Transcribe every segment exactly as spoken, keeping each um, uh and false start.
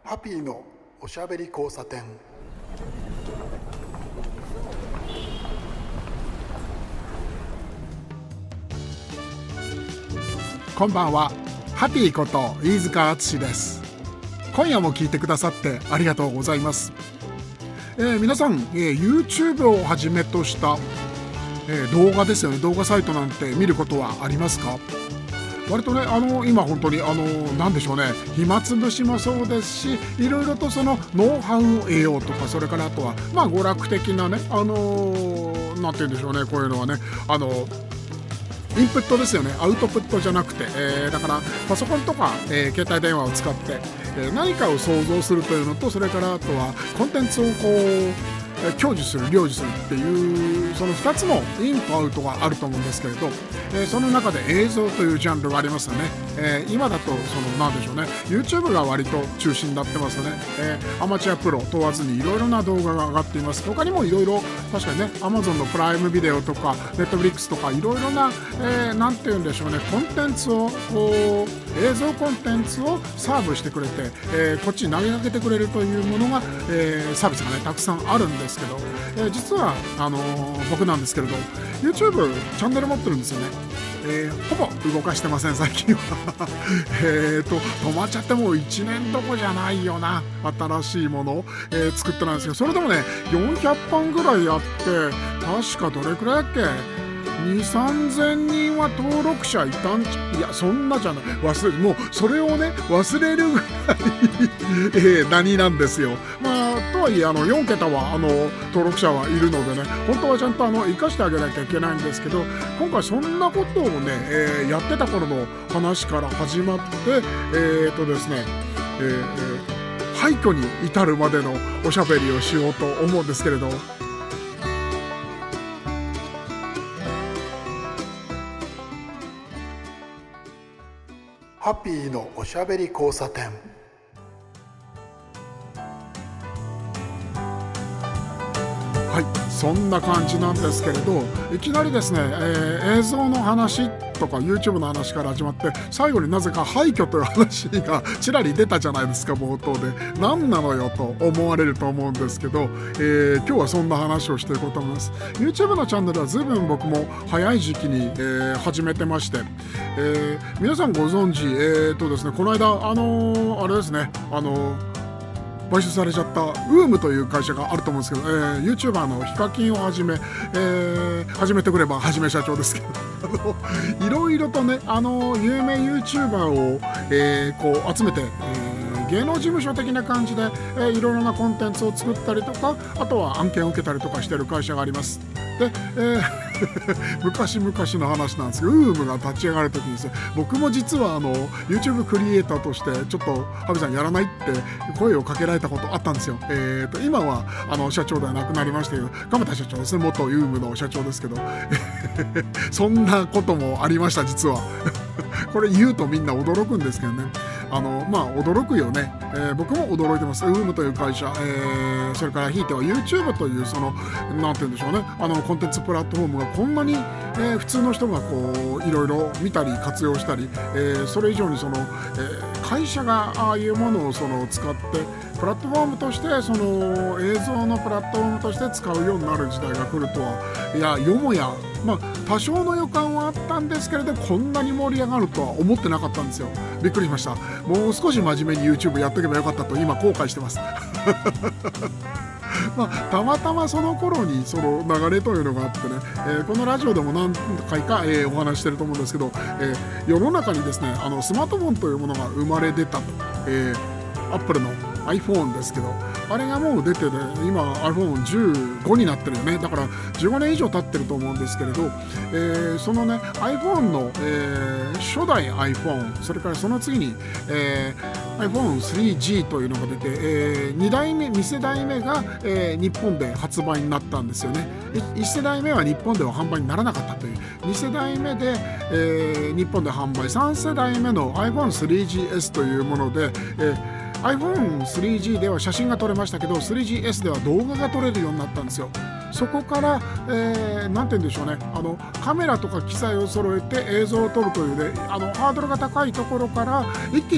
ハッピーのおしゃべり交差点。こんばんは。ハッピーこと飯塚敦です。今夜も聞いてくださってありがとうございます。えー、皆さん、えー、YouTube をはじめとした、えー、動画ですよね。動画サイトなんて見ることはありますか？割とね、あの今本当にあのなんでしょうね、暇つぶしもそうですし、いろいろとそのノウハウを得ようとか、それからあとはまあ娯楽的なね、あのー、なんて言うんでしょうね、こういうのはね、あのインプットですよね、アウトプットじゃなくて、えー、だからパソコンとか、えー、携帯電話を使って、えー、何かを想像するというのと、それからあとはコンテンツをこう享受する、領受するっていう、そのふたつのインとアウトがあると思うんですけれど、えー、その中で映像というジャンルがありますよね。えー、今だとそのなんでしょうね、 YouTube が割と中心になってますよね。えー、アマチュアプロ問わずにいろいろな動画が上がっています。他にもいろいろ、確かにね、 Amazon のプライムビデオとか Netflix とかいろいろな、えー、なんて言うんでしょうね、コンテンツをこう映像コンテンツをサーブしてくれて、えー、こっちに投げかけてくれるというものが、えー、サービスがねたくさんあるんですけど、えー、実はあのー、僕なんですけれど YouTube チャンネル持ってるんですよね。えー、ほぼ動かしてません最近はえと止まっちゃってもういちねんどこじゃないよな、新しいものを、えー、作ってないんですけど、それでもねよんひゃっぽんぐらいあって、確かどれくらいだっけ、にせんさんぜんにんは登録者いたんち、いやそんなじゃない、忘れる、もうそれをね忘れるぐらいえー、何なんですよ。まあとはいえあのよんけたはあの登録者はいるのでね、本当はちゃんとあの生かしてあげなきゃいけないんですけど、今回そんなことをね、えー、やってた頃の話から始まって、えーとですね、えーえー、廃墟に至るまでのおしゃべりをしようと思うんですけれど、ハッピーのおしゃべり交差点。はい、そんな感じなんですけれど、いきなりですね、えー、映像の話とか YouTube の話から始まって、最後になぜか廃墟という話がちらり出たじゃないですか、冒頭で。何なのよと思われると思うんですけど、えー、今日はそんな話をしていこうと思います。 YouTube のチャンネルは随分僕も早い時期に、えー、始めてまして、えー、皆さんご存知、えーとですね、この間あのー、あれですね、あのー買収されちゃったウームという会社があると思うんですけど、えー、YouTuber のヒカキンをはじめ、えー、始めてくればはじめ社長ですけどあのいろいろとね、あの有名 YouTuber を、えー、こう集めて、えー、芸能事務所的な感じで、えー、いろいろなコンテンツを作ったりとか、あとは案件を受けたりとかしてる会社があります。で、えー、昔々の話なんですけど、ウームが立ち上がるときにですね、僕も実はあの YouTube クリエイターとしてちょっとハビさんやらないって声をかけられたことあったんですよ。えーと今はあの社長ではなくなりましたけど、鎌田社長ですね、元ウームの社長ですけどそんなこともありました、実はこれ言うとみんな驚くんですけどね、あのまあ驚くよね、えー、僕も驚いてます。ウームという会社、えー、それからひいては YouTube というそのなんて言うんでしょうね、あのコンテンツプラットフォームがこんなに、えー、普通の人がこういろいろ見たり活用したり、えー、それ以上にその、えー、会社がああいうものをその使ってプラットフォームとしてその映像のプラットフォームとして使うようになる時代が来るとは、いやよもや、まあ多少の予感はあったんですけれど、こんなに盛り上がるとは思ってなかったんですよ。びっくりしました。もう少し真面目に YouTube やっとけばよかったと今後悔してますまあ、たまたまその頃にその流れというのがあってね、えー、このラジオでも何回か、えー、お話してると思うんですけど、えー、世の中にですね、あのスマートフォンというものが生まれ出たと、えー、Apple の iPhone ですけど、あれがもう出てね、今 アイフォンじゅうご になってるよね。だからじゅうごねん以上経ってると思うんですけれど、えー、そのね iPhone の、えー、初代 iPhone、 それからその次に、えー、アイフォンスリージー というのが出て、えー、にだいめに世代目が、えー、日本で発売になったんですよね。いち世代目は日本では販売にならなかったという、に世代目で、えー、日本で販売、さん世代目の アイフォンスリージーエス というもので、えーアイフォンスリージー では写真が撮れましたけど、スリージーエス では動画が撮れるようになったんですよ。そこから、えー、なんて言うんでしょうね、あのカメラとか機材を揃えて映像を撮るというね、あのハードルが高いところから一気に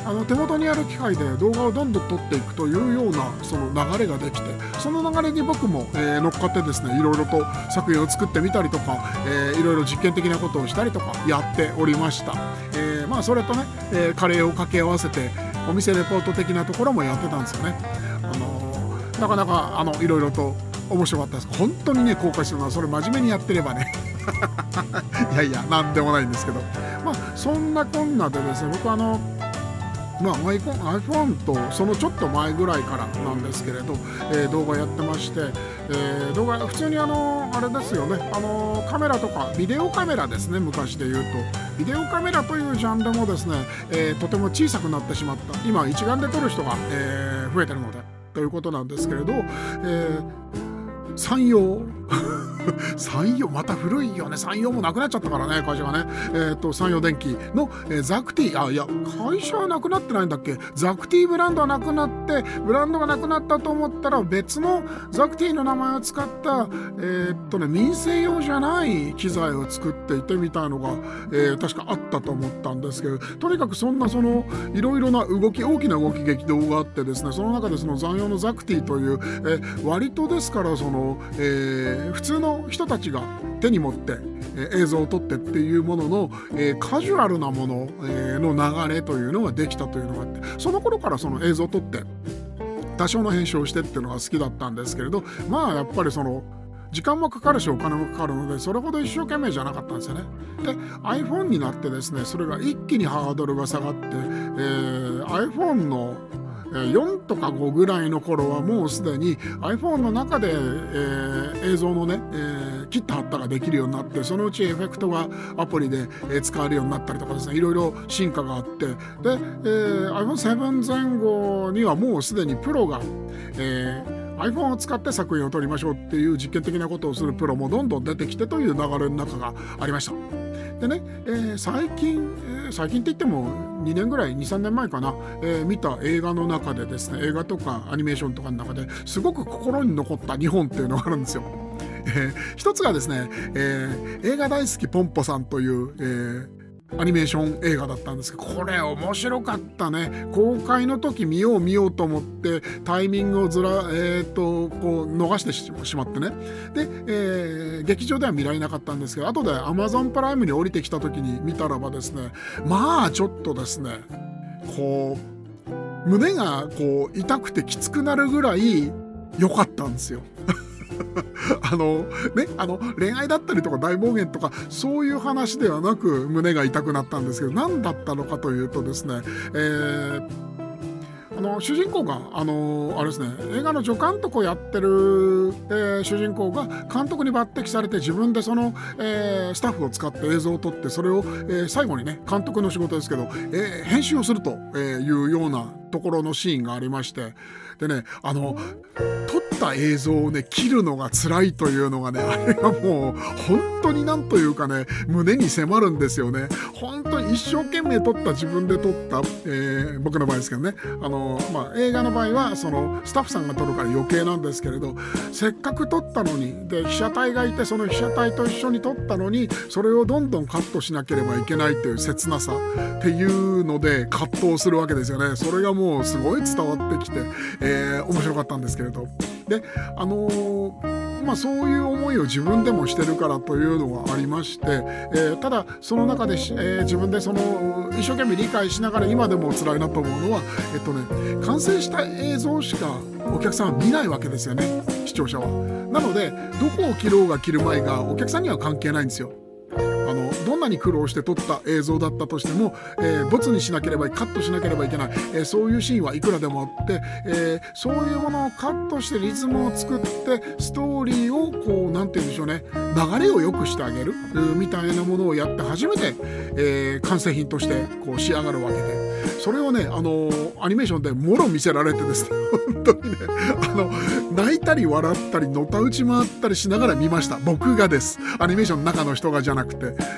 あの手元にある機械で動画をどんどん撮っていくというようなその流れができて、その流れに僕も、えー、乗っかってですね、いろいろと作品を作ってみたりとか、えー、いろいろ実験的なことをしたりとかやっておりました。えー、まあそれとね、えー、カレーを掛け合わせてお店レポート的なところもやってたんですよね。あのー、なかなかあのいろいろと面白かったです。本当にね、後悔するのはそれ真面目にやってればねいやいやなんでもないんですけど、まあそんなこんなでですね、僕あのまあ、iPhone とそのちょっと前ぐらいからなんですけれど、えー、動画やってまして、えー、動画普通にあのあれですよね、あのカメラとかビデオカメラですね、昔で言うとビデオカメラというジャンルもですね、えー、とても小さくなってしまった。今一眼で撮る人が、えー、増えてるのでということなんですけれど、えー、山陽山陽また古いよね。山陽もなくなっちゃったからね、会社がね。えー、と山陽電機の、えー、ザクティ、あいや会社はなくなってないんだっけ。ザクティブランドはなくなって、ブランドがなくなったと思ったら別のザクティの名前を使ったえー、っとね民生用じゃない機材を作っていてみたいのが、えー、確かあったと思ったんですけど、とにかくそんなそのいろいろな動き大きな動き激動があってですね、その中でその残陽のザクティという、えー、割とですからその、えー、普通の人たちが手に持って、えー、映像を撮ってっていうものの、えー、カジュアルなもの、えー、の流れというのができたというのがあって、その頃からその映像を撮って多少の編集をしてっていうのが好きだったんですけれど、まあやっぱりその時間もかかるしお金もかかるのでそれほど一生懸命じゃなかったんですよね。で iPhone になってですね、それが一気にハードルが下がって、えー、iPhone のよんとかごぐらいの頃はもうすでに iPhone の中で、えー、映像のね、えー、切った貼ったができるようになって、そのうちエフェクトがアプリで、えー、使えるようになったりとかですね、いろいろ進化があって、で、えー、アイフォンセブン 前後にはもうすでにプロが、えー、iPhone を使って作品を撮りましょうっていう実験的なことをするプロもどんどん出てきてという流れの中がありました。でね、えー、最近、えー、最近って言ってもにねんぐらいにさんねんまえかな、えー、見た映画の中でですね、映画とかアニメーションとかの中ですごく心に残ったにほんっていうのがあるんですよ。えー、一つがですね、えー、映画大好きポンポさんという、えーアニメーション映画だったんですけど、これ面白かったね。公開の時見よう見ようと思ってタイミングをずら、えー、とこう逃してしまってね。で、えー、劇場では見られなかったんですけど、後で Amazon プライムに降りてきた時に見たらばですね、まあちょっとですね、こう胸がこう痛くてきつくなるぐらい良かったんですよ。あのね、あの恋愛だったりとか大暴言とかそういう話ではなく胸が痛くなったんですけど、何だったのかというとですね、えーあの主人公があのあれですね、映画の助監督をやってる、えー、主人公が監督に抜擢されて、自分でその、えー、スタッフを使って映像を撮って、それを、えー、最後にね、監督の仕事ですけど、えー、編集をするというようなところのシーンがありまして、でね、あの撮った映像をね切るのが辛いというのがね、あれがもう本当になんというかね、胸に迫るんですよね。本当に一生懸命撮った、自分で撮った、えー、僕の場合ですけどね、あの、まあ、映画の場合はそのスタッフさんが撮るから余計なんですけれど、せっかく撮ったのに、で被写体がいて、その被写体と一緒に撮ったのにそれをどんどんカットしなければいけないという切なさっていうので葛藤するわけですよね。それがもうすごい伝わってきて、えー、面白かったんですけれど、であのー、まあそういう思いを自分でもしてるからというのがありまして、えー、ただその中で、えー、自分でその一生懸命理解しながら今でも辛いなと思うのは、えっとね完成した映像しかお客さんは見ないわけですよね、視聴者は。なのでどこを切ろうが切るまいがお客さんには関係ないんですよ。あのどんなに苦労して撮った映像だったとしても、えー、ボツにしなければカットしなければいけない、えー、そういうシーンはいくらでもあって、えー、そういうものをカットしてリズムを作ってストーリーをこうなんて言うんでしょうね、流れを良くしてあげるみたいなものをやって初めて、えー、完成品としてこう仕上がるわけで、それをね、あのー、アニメーションでもろ見せられてですね、本当にね、あの泣いたり笑ったりのたうち回ったりしながら見ました。僕がです、アニメーションの中の人がじゃなくて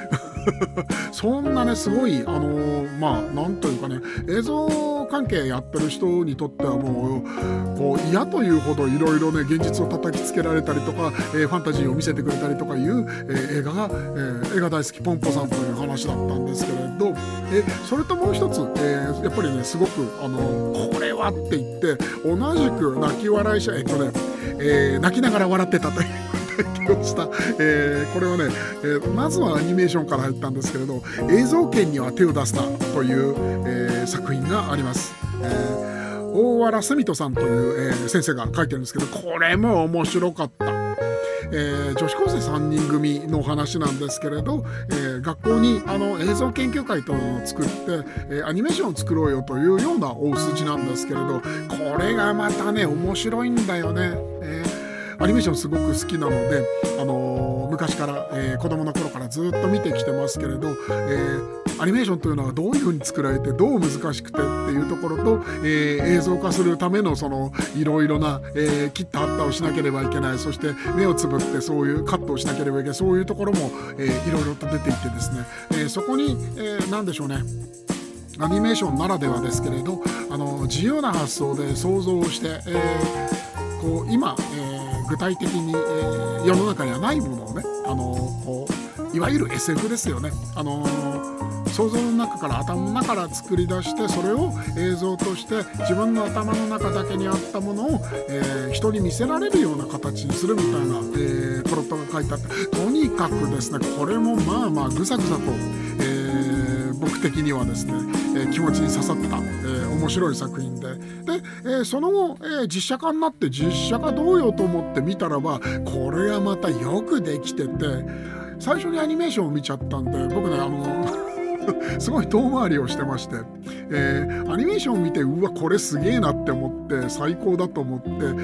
そんなねすごいあのー、まあなんというかね、映像関係やってる人にとってはもうこう嫌というほどいろいろね現実を叩きつけられたりとか、えー、ファンタジーを見せてくれたりとかいう、えー、映画が、えー、映画大好きポンポさんという話だったんですけれど、えー、それともう一つ、えー、やっぱりねすごくあのー、これはって言って同じく泣き笑いしえっとね、えー、泣きながら笑ってたという体験をした、えー、これはね、えー、まずはアニメーションから入ったんですけれど、映像権には手を出すなという、えー、作品があります。えー、大原澄人さんという、えー、先生が書いてるんですけど、これも面白かった。えー、女子高生さんにん組の話なんですけれど、えー、学校にあの映像研究会というのを作って、えー、アニメーションを作ろうよというような大筋なんですけれど、これがまたね面白いんだよね。えーアニメーションすごく好きなので、あのー、昔から、えー、子供の頃からずっと見てきてますけれど、えー、アニメーションというのはどういうふうに作られてどう難しくてっていうところと、えー、映像化するためのそのいろいろな、えー、切った貼ったをしなければいけない、そして目をつぶってそういうカットをしなければいけない、そういうところも、えー、いろいろと出ていてですね、えー、そこに、えー、何でしょうね、アニメーションならではですけれど、あの自由な発想で想像をして、えー、こう今、えー具体的に、えー、世の中にはないものをね、あのー、こういわゆる エスエフ ですよね、あのー、想像の中から頭の中から作り出して、それを映像として自分の頭の中だけにあったものを、えー、人に見せられるような形にするみたいな、えー、プロットが書いてあって、とにかくですねこれもまあまあぐさぐさと、えー、僕的にはですね、えー、気持ちに刺さった、えー、面白い作品で、で、えー、その後、えー、実写化になって実写化どうよと思って見たらば、これがまたよくできてて、最初にアニメーションを見ちゃったんで、僕ねあのすごい遠回りをしてまして、えー、アニメーションを見てうわこれすげえなって思って最高だと思って、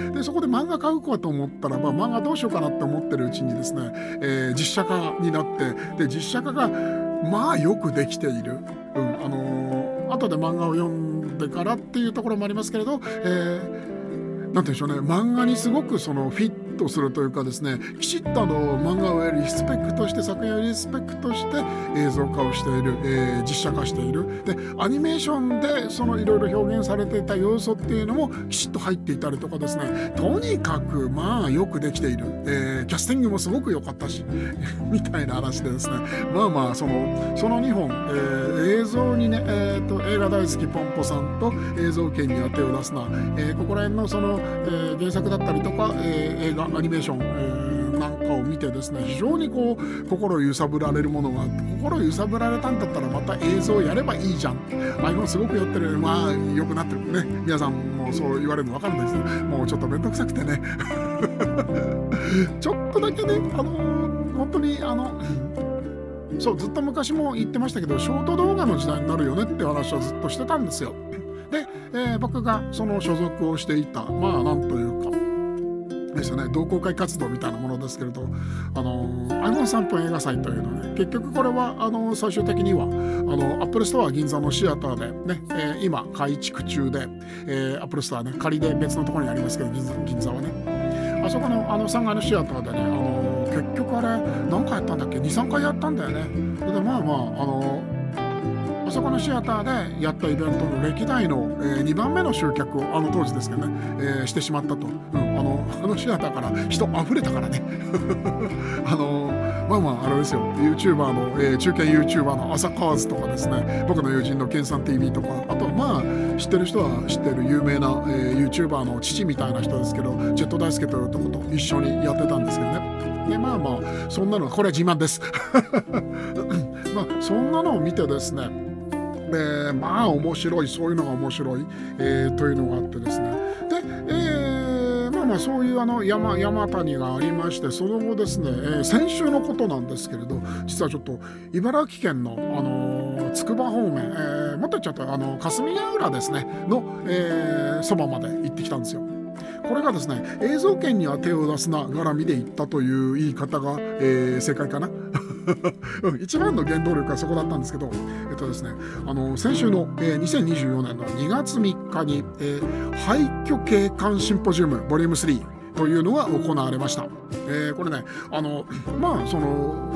でそこで漫画買うかと思ったらば、漫画どうしようかなって思ってるうちにですね、えー、実写化になって、で実写化がまあよくできている、うん、あのー、後で漫画を読んでからっていうところもありますけれど、えー、なんていうんでしょうね、漫画にすごくそのフィットするというかですね、きちっとあの漫画をリスペクトして、作品をリスペクトして映像化をしている、えー、実写化している。でアニメーションでそのいろいろ表現されていた要素っていうのもきちっと入っていたりとかですね、とにかくまあよくできている、えー、キャスティングもすごく良かったしみたいな話でですね、まあまあそのそのにほん、えー、映像にね、えー、と映画大好きポンポさんと映像権には手を出すな、えー、ここら辺のその、えー、原作だったりとか、えー、映画アニメーション、えー、なんかを見てですね、非常にこう心揺さぶられるものがあって、心揺さぶられたんだったらまた映像やればいいじゃん、iPhone すごく寄ってる、まあ良くなってるね、皆さんもそう言われるの分かるんですけど、もうちょっと面倒くさくてねちょっとだけね、あのー、本当にあのそうずっと昔も言ってましたけど、ショート動画の時代になるよねって話はずっとしてたんですよ。で、えー、僕がその所属をしていた、まあなんというかですよね、同好会活動みたいなものですけれど、あのー、iPhone さんぷん映画祭というのはね、結局これはあのー、最終的にはあの Apple ストア銀座のシアターでね、えー、今改築中で、えー、Apple ストアね仮で別のところにありますけど、銀座、銀座はね、あそこのあのさんがいのシアターでね、あのー、結局あれ何回やったんだっけ、にさんかいやったんだよね。でまあまああのーあそこのシアターでやったイベントの歴代の、えー、にばんめの集客をあの当時ですけどね、えー、してしまったと、うん、あのあのシアターから人溢れたからねあのまあまああれですよ、 YouTuber の、えー、中堅 YouTuber の朝川津とかですね、僕の友人のケンさん ティーブイ とか、あとまあ知ってる人は知ってる有名な、えー、YouTuber の父みたいな人ですけど、ジェット大輔という男と一緒にやってたんですけどね。でまあまあそんなのこれは自慢ですまあそんなのを見てですね、えー、まあ面白い、そういうのが面白い、えー、というのがあってですね、で、えー、まあまあそういうあの 山, 山谷がありまして、その後ですね、えー、先週のことなんですけれど、実はちょっと茨城県の、あのー、つくば方面、えー、もっと言っちゃったあの霞ヶ浦ですねの、えー、そばまで行ってきたんですよ。これがですね、映像権には手を出すな絡みで言ったという言い方が、えー、正解かなうん、一番の原動力はそこだったんですけど、えっとですね、あの先週の、えー、にせんにじゅうよねんのにがつみっかに、えー、廃墟景観シンポジウムボリュームスリーというのが行われました。えー、これね、あのまあその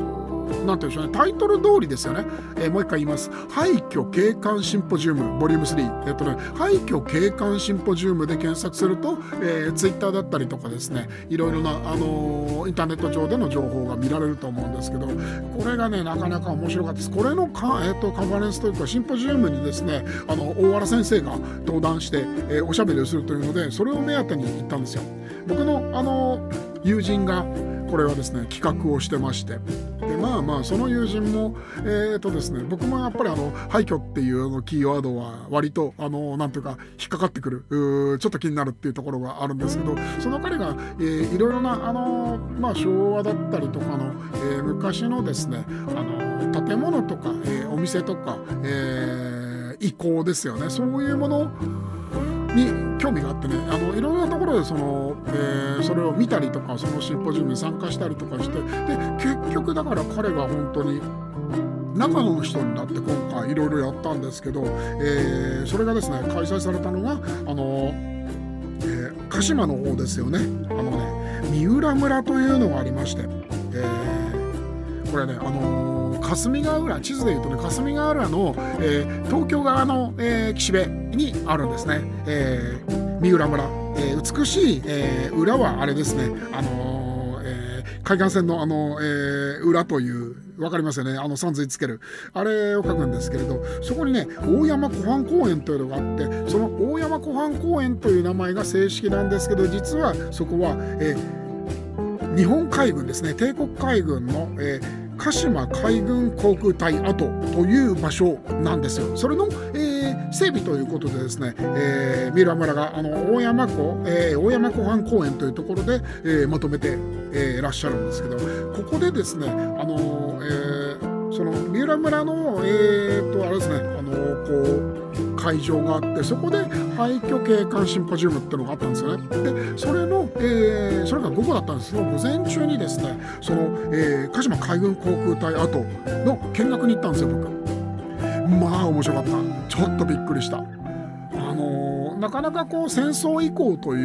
なんていうんでしょうね、タイトル通りですよね。えー、もう一回言います。廃墟景観シンポジウムボリュームスリー。えっとね、廃墟景観シンポジウムで検索すると、えー、ツイッターだったりとかですね、いろいろな、あのー、インターネット上での情報が見られると思うんですけど、これがね、なかなか面白かったです。これのか、えー、とカンファレンスというかシンポジウムにですね、あの大原先生が登壇して、えー、おしゃべりをするというので、それを目当てに行ったんですよ。僕の、あのー、友人がこれはですね企画をしてまして、でまあまあその友人もえーとですね僕もやっぱりあの廃墟っていうのキーワードは割とあのなんていうか引っかかってくる、うちょっと気になるっていうところがあるんですけど、その彼が、えー、いろいろなあのまあ昭和だったりとかの、えー、昔のですねあの建物とか、えー、お店とか、えー、遺構ですよね、そういうものに興味があってね、あのいろんなところでその、えー、それを見たりとか、そのシンポジウムに参加したりとかして、で結局だから彼が本当に長野の人になって今回いろいろやったんですけど、えー、それがですね開催されたのがあの、えー、鹿島の方ですよね。あのね三浦村というのがありまして、えー、これねあのー霞ヶ浦、地図でいうとね霞ヶ浦の、えー、東京側の、えー、岸辺にあるんですね、えー、三浦村、えー、美しい、えー、浦はあれですね、あのーえー、海岸線の、あのーえー、浦というわかりますよね、あのさんずいつけるあれを書くんですけれど、そこにね大山湖畔公園というのがあって、その大山湖畔公園という名前が正式なんですけど、実はそこは、えー、日本海軍ですね、帝国海軍の、えー鹿島海軍航空隊跡という場所なんですよ。それの、えー、整備ということでですね、えー、三浦村があの大山湖、えー、大山湖畔公園というところで、えー、まとめて、えー、らっしゃるんですけど、ここでですね、あのーえー、その三浦村の、えー、とあれですね、あのー、こう会場があって、そこで廃墟景観シンポジウムっていうのがあったんですよね。でそれの、えー、それが午後だったんですけど、午前中にですねその、えー、鹿島海軍航空隊跡の見学に行ったんですよ僕。まあ面白かった。ちょっとびっくりした。あのー、なかなかこう戦争遺構という、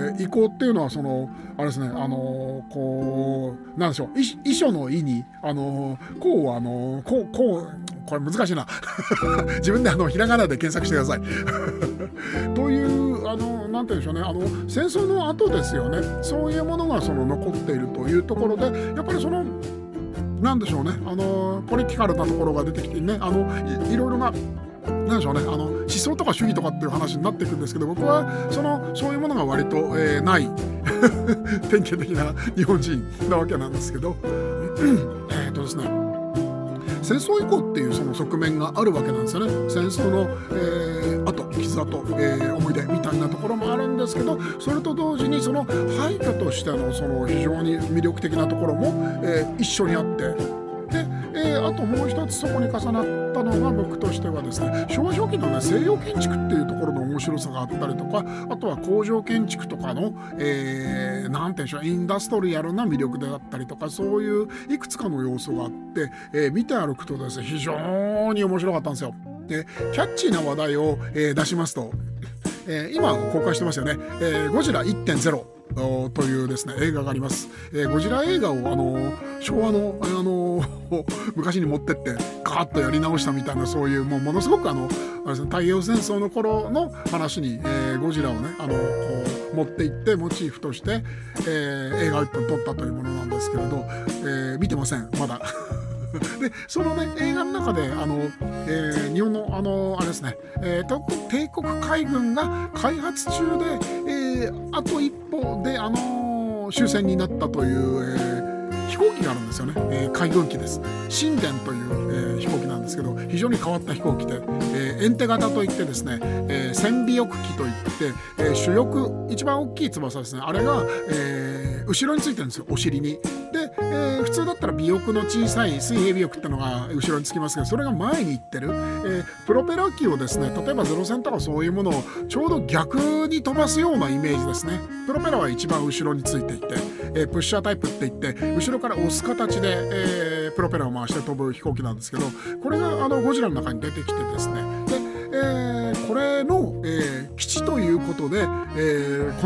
えー、遺構っていうのはそのあれですね、あのー、こうなんでしょう、遺書の意にあのー、こうあのー、こうこうこれ難しいな自分であのひらがなで検索してくださいというあのなんて言うんでしょうね、あの戦争の後ですよね、そういうものがその残っているというところで、やっぱりそのなんでしょうね、あのポリティカルなところが出てきてね、あの い, いろいろななんでしょうね、あの思想とか主義とかっていう話になっていくんですけど、僕はそのそういうものが割と、えー、ない典型的な日本人なわけなんですけどえっとですね戦争遺構っていうその側面があるわけなんですよね。戦争の、えー、後傷跡、えー、思い出みたいなところもあるんですけど、それと同時にその廃墟としてのその非常に魅力的なところも、えー、一緒にあって、で、えー、あともう一つそこに重なったのが僕としてはですね、昭和初期のね西洋建築っていうところの面白さがあったりとか、あとは工場建築とかの、えー、なんていうんでしょう、インダストリアルな魅力であったりとか、そういういくつかの要素があって、えー、見て歩くとですね非常に面白かったんですよ。でキャッチーな話題を、えー、出しますと、えー、今公開してますよね、えー、ゴジラ いってんゼロというですね映画があります。えー、ゴジラ映画を、あのー、昭和の、あのー、昔に持ってってガーッとやり直したみたいな、そういうもうものすごくあのあれですね、太平洋戦争の頃の話に、えー、ゴジラをね、あのー、持っていってモチーフとして、えー、映画をいっぽん撮ったというものなんですけれど、えー、見てませんまだでそのね映画の中であの、えー、日本のあのあれですね、えー、帝国海軍が開発中で、えー、あと一歩であの終戦になったという、えー飛行機があるんですよね、えー、海軍機です。神殿という、えー、飛行機なんですけど、非常に変わった飛行機で、えー、エンテ型といってですね、えー、旋尾翼機といって、えー、主翼一番大きい翼ですね、あれが、えー、後ろについてるんですよ、お尻に。で、えー、普通だったら尾翼の小さい水平尾翼ってのが後ろにつきますけど、それが前に行ってる、えー、プロペラ機をですね、例えばゼロ戦とかそういうものをちょうど逆に飛ばすようなイメージですね。プロペラは一番後ろについていて、えー、プッシャータイプって言って後ろから押す形で、えー、プロペラを回して飛ぶ飛行機なんですけど、これがあのゴジラの中に出てきてですね、で、えー、これの、えー、基地ということで、えー、この、あ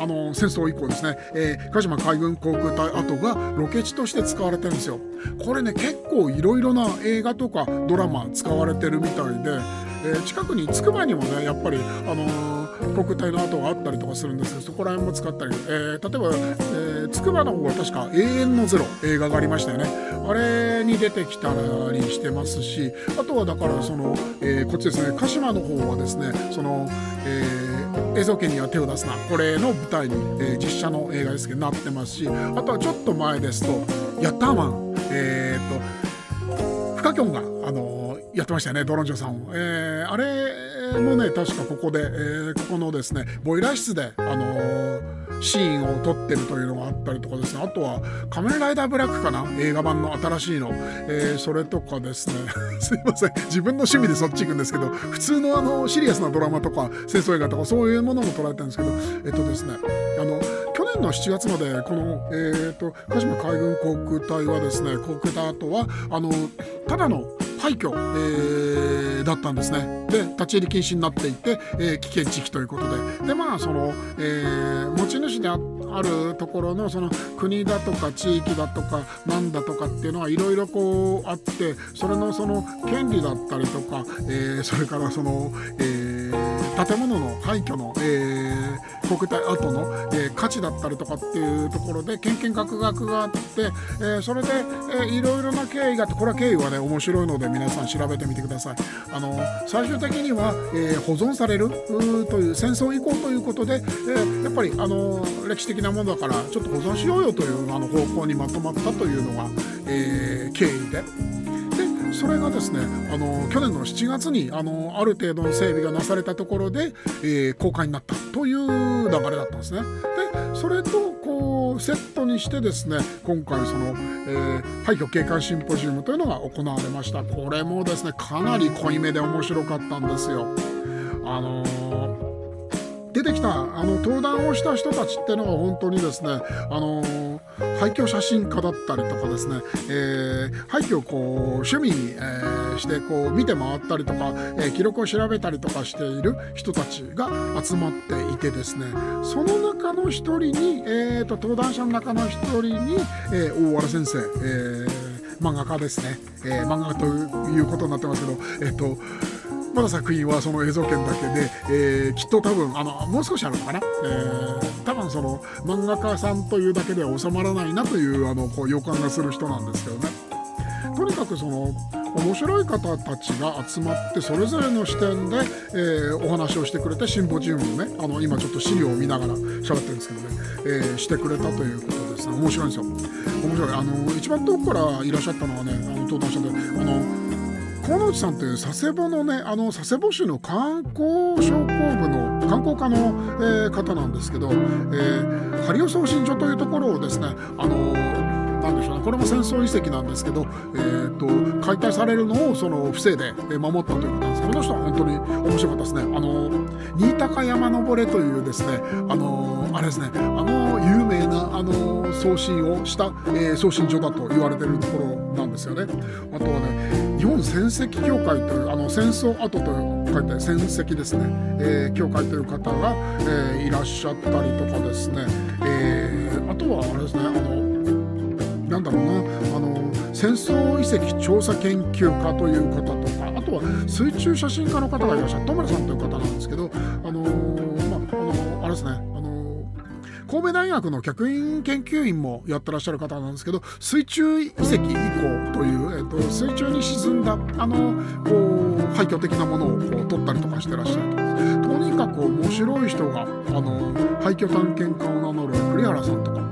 あの戦争以降ですね、えー、鹿島海軍航空隊跡がロケ地として使われてるんですよ。これね結構いろいろな映画とかドラマ使われてるみたいで、えー、近くにつくばにもねやっぱり、あのー、航空隊の跡があったりとかするんですけど、そこら辺も使ったり、えー、例えば、えー、つくばの方は確か永遠のゼロ映画がありましたよね。あれに出てきたりしてますし、あとはだからその、えー、こっちですね鹿島の方はですねその、えー、映像権には手を出すなこれの舞台に、えー、実写の映画ですけどなってますし、あとはちょっと前ですとヤッターマン、えー、っとフカキョンが、あのー、やってましたよね、ドロンジョさんを、えー、あれもね確かここで、えー、ここのですねボイラー室で、あのーシーンを撮ってるというのがあったりとかですね、あとは仮面ライダーブラックかな、映画版の新しいの、えー、それとかですねすいません自分の趣味でそっち行くんですけど、普通のあのシリアスなドラマとか戦争映画とかそういうものも捉えてるんですけど、えっとですねあの去年のしちがつまでこの、えー、と鹿島海軍航空隊はですね航空隊跡はあのただの廃墟、えー、だったんですね。で立ち入り禁止になっていて、えー、危険地域ということで、でまあその、えー、持ち主であるところのその国だとか地域だとかなんだとかっていうのはいろいろこうあって、それのその権利だったりとか、えー、それからその、えー、建物の廃墟の、えー、航空隊跡の、えー、価値だったりとかっていうところでけんけんがくがくがあって、えー、それで、えー、いろいろな経緯があって、これは経緯はね面白いので皆さん調べてみてください。あの最終的には、えー、保存されるという戦争以降ということで、えー、やっぱりあの歴史的なものだからちょっと保存しようよというあの方向にまとまったというのが、えー、経緯で。でそれがですねあの去年のしちがつにあのある程度の整備がなされたところで、えー、公開になったという流れだったんですね。でそれとこうセットにしてですね今回その、えー、廃墟景観シンポジウムというのが行われました。これもですねかなり濃いめで面白かったんですよ。あのー出てきたあの登壇をした人たちっていうのが本当にですね、あのー、廃墟写真家だったりとかですね、えー、廃墟をこう趣味に、えー、してこう見て回ったりとか、えー、記録を調べたりとかしている人たちが集まっていてですね、その中の一人に、えーと、登壇者の中の一人に、えー、大原先生、えー、漫画家ですね、えー、漫画家ということになってますけど、えーとまだ作品はその映像権だけで、えー、きっと多分あのもう少しあるのかな、えー、多分その漫画家さんというだけでは収まらないなというあのこう予感がする人なんですけどね。とにかくその面白い方たちが集まってそれぞれの視点で、えー、お話をしてくれてシンポジウムをねあの今ちょっと資料を見ながら喋ってるんですけどね、えー、してくれたということですね。面白いんですよ。面白い。あの一番遠くからいらっしゃったのはねあの登壇者であの河野内さんという佐世保のねあの佐世保市の観光商工部の観光課の、えー、方なんですけど、えー、ハリオ送信所というところをですねあのーなんでしょうね、これも戦争遺跡なんですけど、えー、と解体されるのをその防いで守ったということなんです。この人は本当に面白かったですね。あの新高山登れというですねあのあれですねあの有名なあの送信をした、えー、送信所だと言われているところなんですよね。あとはね日本戦跡協会というあの戦争跡と書いて戦跡ですね、えー、協会という方が、えー、いらっしゃったりとかですね、えー、あとはあれですねあのなんだろうなあの戦争遺跡調査研究家という方とか、あとは水中写真家の方がいらっしゃる戸村さんという方なんですけど、あのー、まああのあれですねあのー、神戸大学の客員研究員もやってらっしゃる方なんですけど、水中遺跡以降という、えー、と水中に沈んだあのこう廃墟的なものをこう撮ったりとかしてらっしゃると。とにかく面白い人があの廃墟探検家を名乗る栗原さんとか、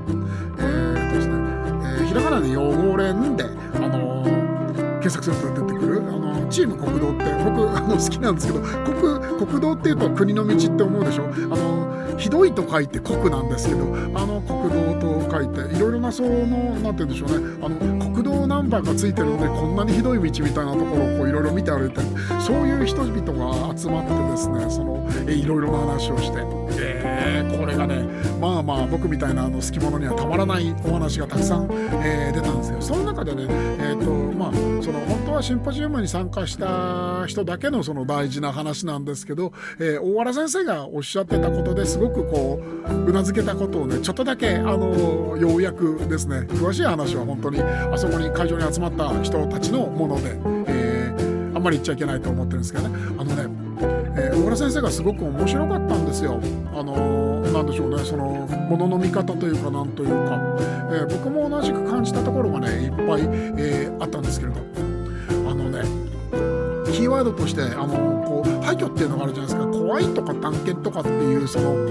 ひらがなで汚れんで、あのー、検索すると出てくる、あのー、チーム国道って僕あの好きなんですけど 国, 国道っていうと国の道って思うでしょ。あのー、ひどいと書いて国なんですけどあの国道と書いていろいろなそのなんて言うんでしょうねあの国道ナンバーがついてるのでこんなにひどい道みたいなところをこういろいろ見て歩いてる、そういう人々が集まってですね、そのえいろいろな話をして、えー、これがねまあまあ僕みたいなあの好き者にはたまらないお話がたくさん、えー、出たんですよ。その中でね、えーとまあ、その本当はシンポジウムに参加した人だけのその大事な話なんですけど、えー、大原先生がおっしゃってたことですごくこううなずけたことをねちょっとだけあの要約ですね、詳しい話は本当にあそこに会場に集まった人たちのもので、えー、あんまり言っちゃいけないと思ってるんですけどね、あのね、えー、大原先生がすごく面白かったんですよ。あのー、なんでしょうね、そのものの見方というかなんというか、えー、僕も同じく感じたところがねいっぱい、えー、あったんですけれど、あのねキーワードとしてあのこう廃墟っていうのがあるじゃないですか。怖いとか探検とかっていうその、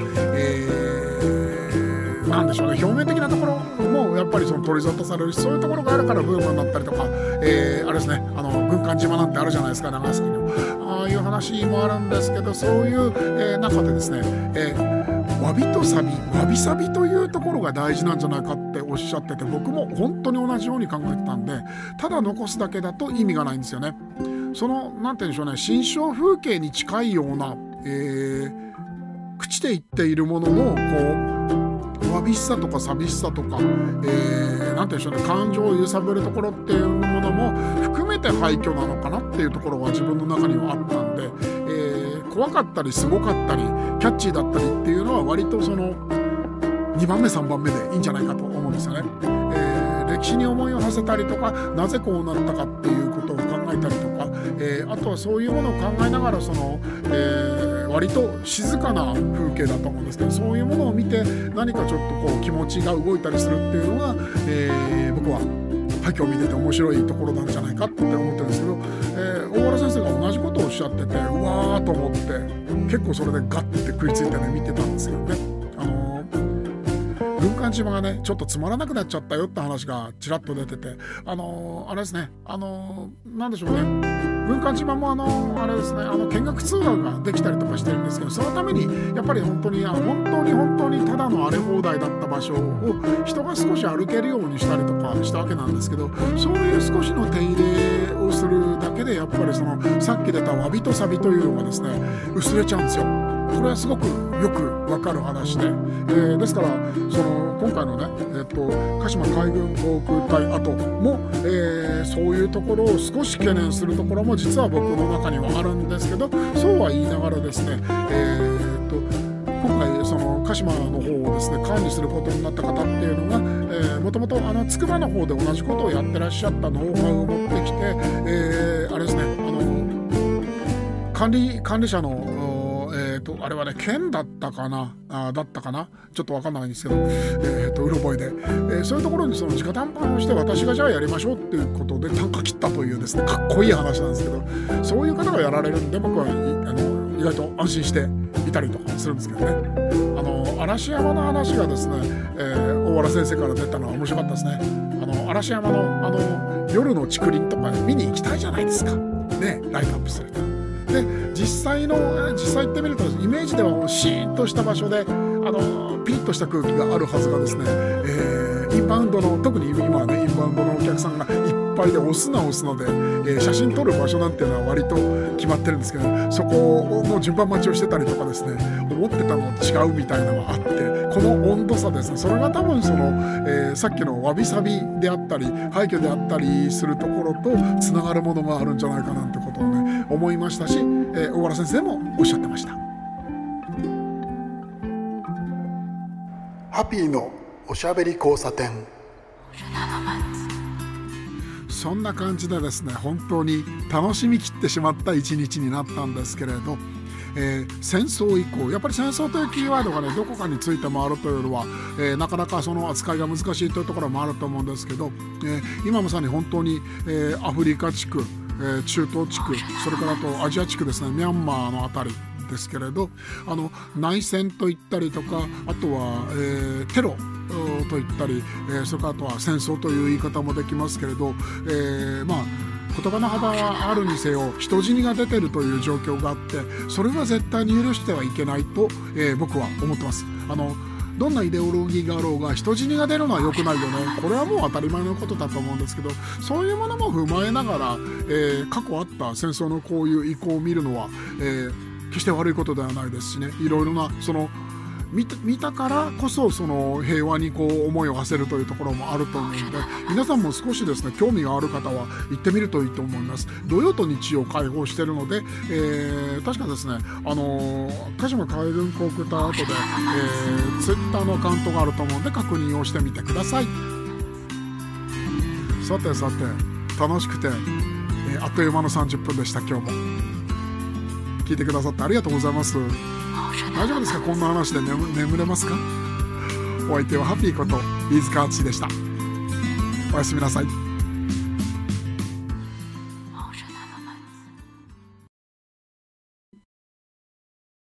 えー、なんでしょうね、表面的なところもやっぱりその取り沙汰されるし、そういうところがあるからブームになったりとか、えー、あれですね、あの軍艦島なんてあるじゃないですか、長崎のああいう話もあるんですけど、そういう、えー、中でですね、えー、わびとさびわびさびというところが大事なんじゃないかっておっしゃってて、僕も本当に同じように考えてたんで、ただ残すだけだと意味がないんですよね。そのなんて言うんでしょうね、心象風景に近いような、えー、朽ちていっているもののこうわびしさとか寂しさとか、えー、なんて言うんでしょうね、感情を揺さぶるところっていうものも含めて廃墟なのかなっていうところが自分の中にはあったんで、えー、怖かったりすごかったりキャッチーだったりっていうのは割とそのにばんめさんばんめでいいんじゃないかと思うんですよね。えー、歴史に思いを馳せたりとか、なぜこうなったかっていうことを考えたりとか、えー、あとはそういうものを考えながらその、えー、割と静かな風景だと思うんですけど、そういうものを見て何かちょっとこう気持ちが動いたりするっていうのが、えー、僕は廃墟を見てて面白いところなんじゃないかって思ってるんですけど、えー、大原先生が同じことをおっしゃってて、うわーと思って結構それでガッて食いついてね見てたんですけどね。あのー軍艦島がねちょっとつまらなくなっちゃったよって話がちらっと出てて、あのー、あれですね、あのー、なんでしょうね、軍艦島もあのー、あれですね、あの見学通学ができたりとかしてるんですけど、そのためにやっぱり本当にあの本当に本当にただの荒れ放題だった場所を人が少し歩けるようにしたりとかしたわけなんですけど、そういう少しの手入れをするだけでやっぱりそのさっき出たわびとさびというのがですね薄れちゃうんですよ。これはすごくよくわかる話で、えー、ですからその今回のね、えー、と鹿島海軍航空隊跡も、えー、そういうところを少し懸念するところも実は僕の中にはあるんですけど、そうは言いながらですね、えー、と今回その鹿島の方をですね管理することになった方っていうのが、えー、もともとあの筑波の方で同じことをやってらっしゃったノウハウを持ってきて、えー、あれですね、あの管理管理者のえー、とあれはね県だったかなあだったかなちょっと分かんないんですけど、えー、とうろ覚えで、えー、そういうところにその直談判をして私がじゃあやりましょうっていうことで単価切ったというですねかっこいい話なんですけど、そういう方がやられるんで僕はあの意外と安心していたりとかするんですけどね。あの嵐山の話がですね、えー、大原先生から出たのは面白かったですね。あの嵐山のあの夜の竹林とか見に行きたいじゃないですかね、ライトアップすると。で実際の実際行ってみるとイメージではシーンとした場所であのピリッとした空気があるはずがですね、えー、インバウンドの特に今はねインバウンドのお客さんがいっぱいで押すな押すなで、えー、写真撮る場所なんていうのは割と決まってるんですけど、そこの順番待ちをしてたりとかですね、思ってたのと違うみたいなのがあって、この温度差ですね、それが多分その、えー、さっきのわびさびであったり廃墟であったりするところとつながるものがあるんじゃないかなんてことをね思いましたし、えー、大原先生もおっしゃってました。ハッピーのおしゃべり交差点。そんな感じでですね、本当に楽しみきってしまった一日になったんですけれど、えー、戦争以降やっぱり戦争というキーワードがねどこかについて回るというのは、えー、なかなかその扱いが難しいというところもあると思うんですけど、えー、今まさに本当に、えー、アフリカ地区、えー、中東地区、それからあとアジア地区ですね、ミャンマーのあたりですけれど、あの内戦といったりとか、あとは、えー、テロといったり、えー、それからあとは戦争という言い方もできますけれど、えー、まあ言葉の幅はあるにせよ人死にが出てるという状況があって、それは絶対に許してはいけないと、えー、僕は思ってます。あのどんなイデオロギーがあろうが人死にが出るのは良くないよね。これはもう当たり前のことだと思うんですけど、そういうものも踏まえながら、えー、過去あった戦争のこういう意向を見るのは、えー、決して悪いことではないですしね。いろいろなその見た、見たからこそその平和にこう思いを馳せるというところもあると思うので、皆さんも少しですね興味がある方は行ってみるといいと思います。土曜と日曜開放しているので、えー、確かですね、あのー、鹿島海軍航空隊後で、えー、ツイッターのアカウントがあると思うので確認をしてみてください。さてさて、楽しくて、えー、あっという間のさんじゅっぷんでした。今日も聞いてくださってありがとうございます。大丈夫ですか？こんな話で 眠, 眠れますか？お相手はハッピーこと飯塚敦でした。おやすみなさい。